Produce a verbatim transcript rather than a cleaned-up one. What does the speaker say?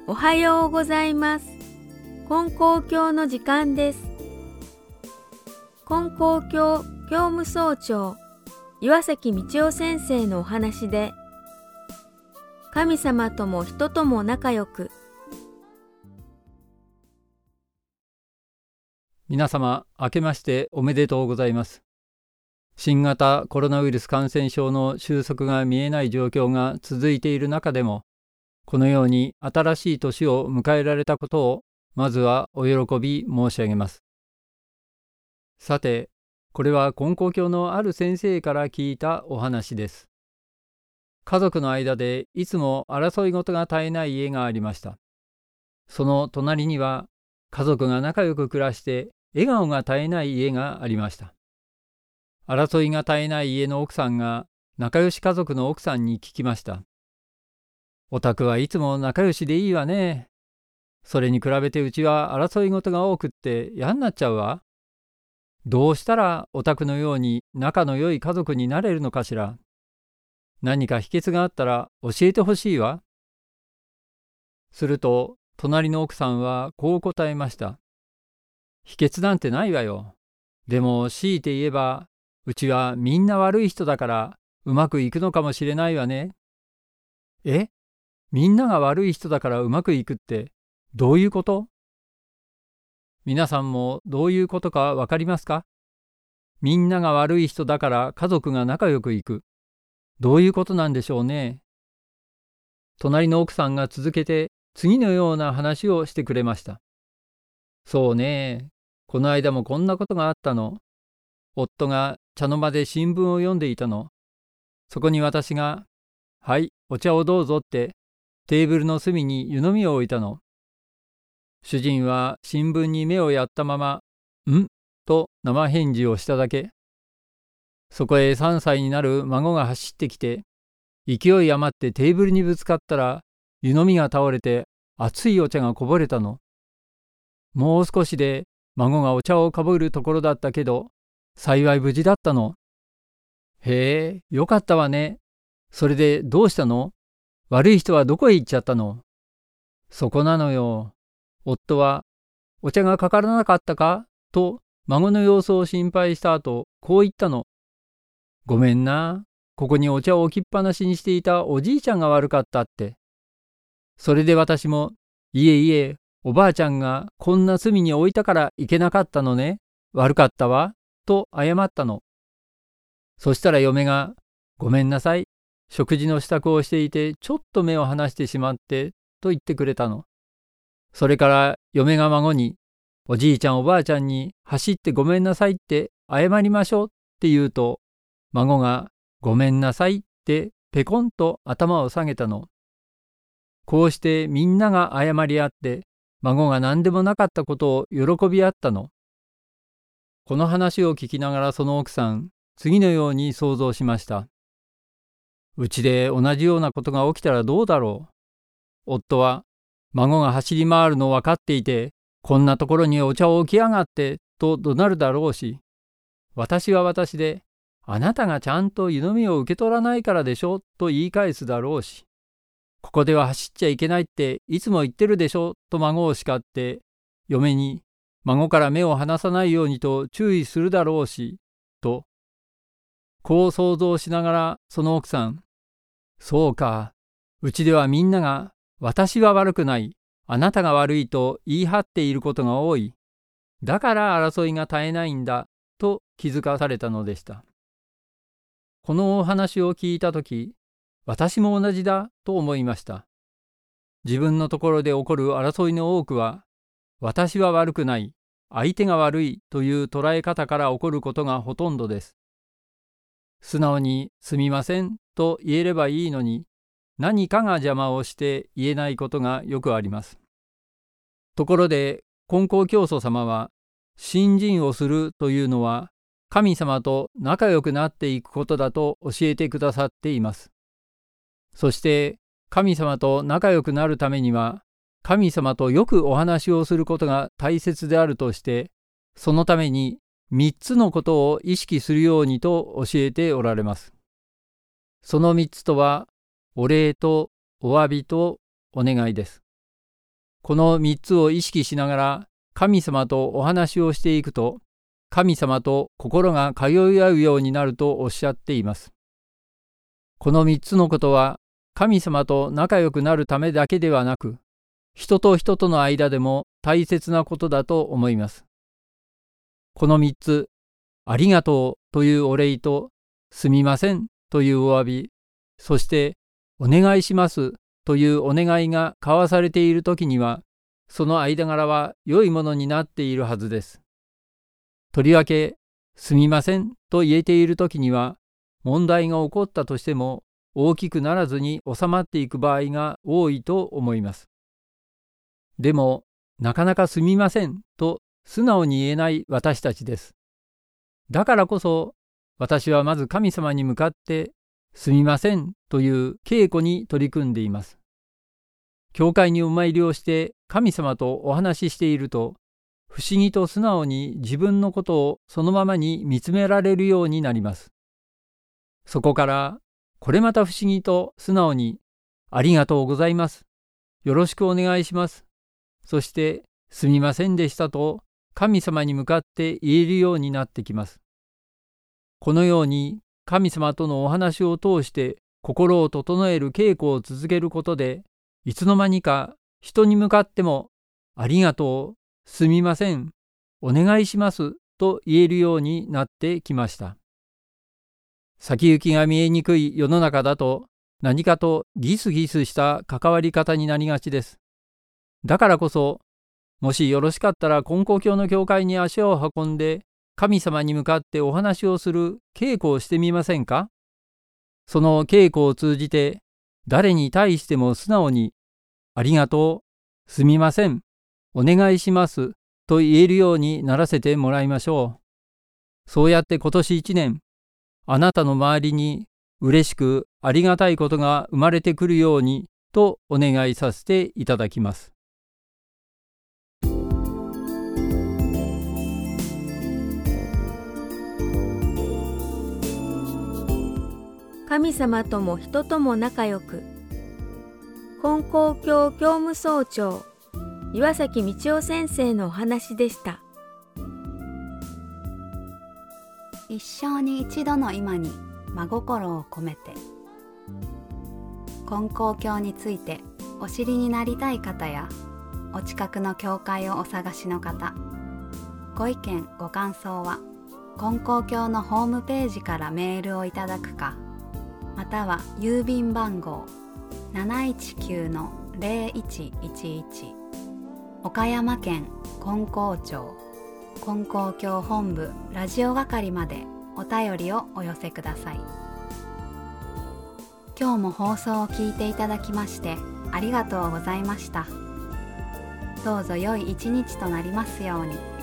おはようございます。金光教の時間です。金光教教務総長岩崎道夫先生のお話で、神様とも人とも仲良く。 皆様、明けましておめでとうございます。新型コロナウイルス感染症の収束が見えない状況が続いている中でも、このように新しい年を迎えられたことを、まずはお喜び申し上げます。さて、これは金光教のある先生から聞いたお話です。家族の間でいつも争い事が絶えない家がありました。その隣には、家族が仲良く暮らして笑顔が絶えない家がありました。争いが絶えない家の奥さんが仲良し家族の奥さんに聞きました。お宅はいつも仲良しでいいわね。それに比べてうちは争い事が多くって嫌になっちゃうわ。どうしたらお宅のように仲の良い家族になれるのかしら。何か秘訣があったら教えてほしいわ。すると隣の奥さんはこう答えました。秘訣なんてないわよ。でも強いて言えば、うちはみんな悪い人だからうまくいくのかもしれないわね。え？みんなが悪い人だからうまくいくってどういうこと？皆さんもどういうことかわかりますか？みんなが悪い人だから家族が仲良くいく。どういうことなんでしょうね。隣の奥さんが続けて次のような話をしてくれました。そうね、この間もこんなことがあったの。夫が茶の間で新聞を読んでいたの。そこに私が、はい、お茶をどうぞってテーブルの隅に湯飲みを置いたの。主人は新聞に目をやったまま、んと生返事をしただけ。そこへさんさいになる孫が走ってきて、勢い余ってテーブルにぶつかったら、湯飲みが倒れて熱いお茶がこぼれたの。もう少しで孫がお茶をかぶるところだったけど、幸い無事だったの。へえ、よかったわね。それでどうしたの？悪い人はどこへ行っちゃったの？そこなのよ。夫は、お茶がかからなかったかと孫の様子を心配した後、こう言ったの。ごめんな。ここにお茶を置きっぱなしにしていたおじいちゃんが悪かったって。それで私も、いえいえ、おばあちゃんがこんな隅に置いたからいけなかったのね。悪かったわ。と謝ったの。そしたら嫁が、ごめんなさい。食事の支度をしていてちょっと目を離してしまってと言ってくれたの。それから嫁が孫に、おじいちゃんおばあちゃんに走ってごめんなさいって謝りましょうって言うと、孫がごめんなさいってペコンと頭を下げたの。こうしてみんなが謝り合って、孫が何でもなかったことを喜び合ったの。この話を聞きながらその奥さん、次のように想像しました。うちで同じようなことが起きたらどうだろう。夫は、孫が走り回るのを分かっていて、こんなところにお茶を置きやがってと怒鳴るだろうし、私は私で、あなたがちゃんと湯飲みを受け取らないからでしょと言い返すだろうし、ここでは走っちゃいけないっていつも言ってるでしょと孫を叱って、嫁に孫から目を離さないようにと注意するだろうし、と、こう想像しながらその奥さん、そうか、うちではみんなが私は悪くない、あなたが悪いと言い張っていることが多い。だから争いが絶えないんだと気づかされたのでした。このお話を聞いたとき、私も同じだと思いました。自分のところで起こる争いの多くは、私は悪くない、相手が悪いという捉え方から起こることがほとんどです。素直にすみませんと言えればいいのに、何かが邪魔をして言えないことがよくあります。ところで、金光教祖様は、信心をするというのは、神様と仲良くなっていくことだと教えてくださっています。そして、神様と仲良くなるためには、神様とよくお話をすることが大切であるとして、そのためにみっつのことを意識するようにと教えておられます。そのみっつとは、お礼とお詫びとお願いです。 このみっつを意識しながら神様とお話をしていくと、神様と心が通い合うようになるとおっしゃっています。このみっつのことは、神様と仲良くなるためだけではなく、人と人との間でも大切なことだと思います。このみっつ、ありがとうというお礼と、すみませんというお詫び、そしてお願いしますというお願いが交わされているときには、その間柄は良いものになっているはずです。とりわけ、すみませんと言えているときには、問題が起こったとしても大きくならずに収まっていく場合が多いと思います。でも、なかなかすみませんと素直に言えない私たちです。だからこそ、私はまず神様に向かって、すみませんという稽古に取り組んでいます。教会にお参りをして神様とお話ししていると、不思議と素直に自分のことをそのままに見つめられるようになります。そこから、これまた不思議と素直に、ありがとうございます。よろしくお願いします。そして、すみませんでしたと神様に向かって言えるようになってきます。このように神様とのお話を通して心を整える稽古を続けることで、いつの間にか人に向かっても、ありがとう、すみません、お願いしますと言えるようになってきました。先行きが見えにくい世の中だと、何かとギスギスした関わり方になりがちです。だからこそ、もしよろしかったら金光教の教会に足を運んで、神様に向かってお話をする稽古をしてみませんか？その稽古を通じて、誰に対しても素直に、ありがとう、すみません、お願いしますと言えるようにならせてもらいましょう。そうやって今年一年、あなたの周りに嬉しくありがたいことが生まれてくるようにとお願いさせていただきます。 神様とも人とも仲良く。金光教教務総長岩崎道夫先生のお話でした。 一生に一度の今に真心を込めて。金光教についてお知りになりたい方や、お近くの教会をお探しの方、ご意見ご感想は金光教のホームページからメールをいただくか、または郵便番号 なないちきゅうのゼロいちいちいち 岡山県金光町金光教本部ラジオ係までお便りをお寄せください。今日も放送を聞いていただきましてありがとうございました。どうぞ良い一日となりますように。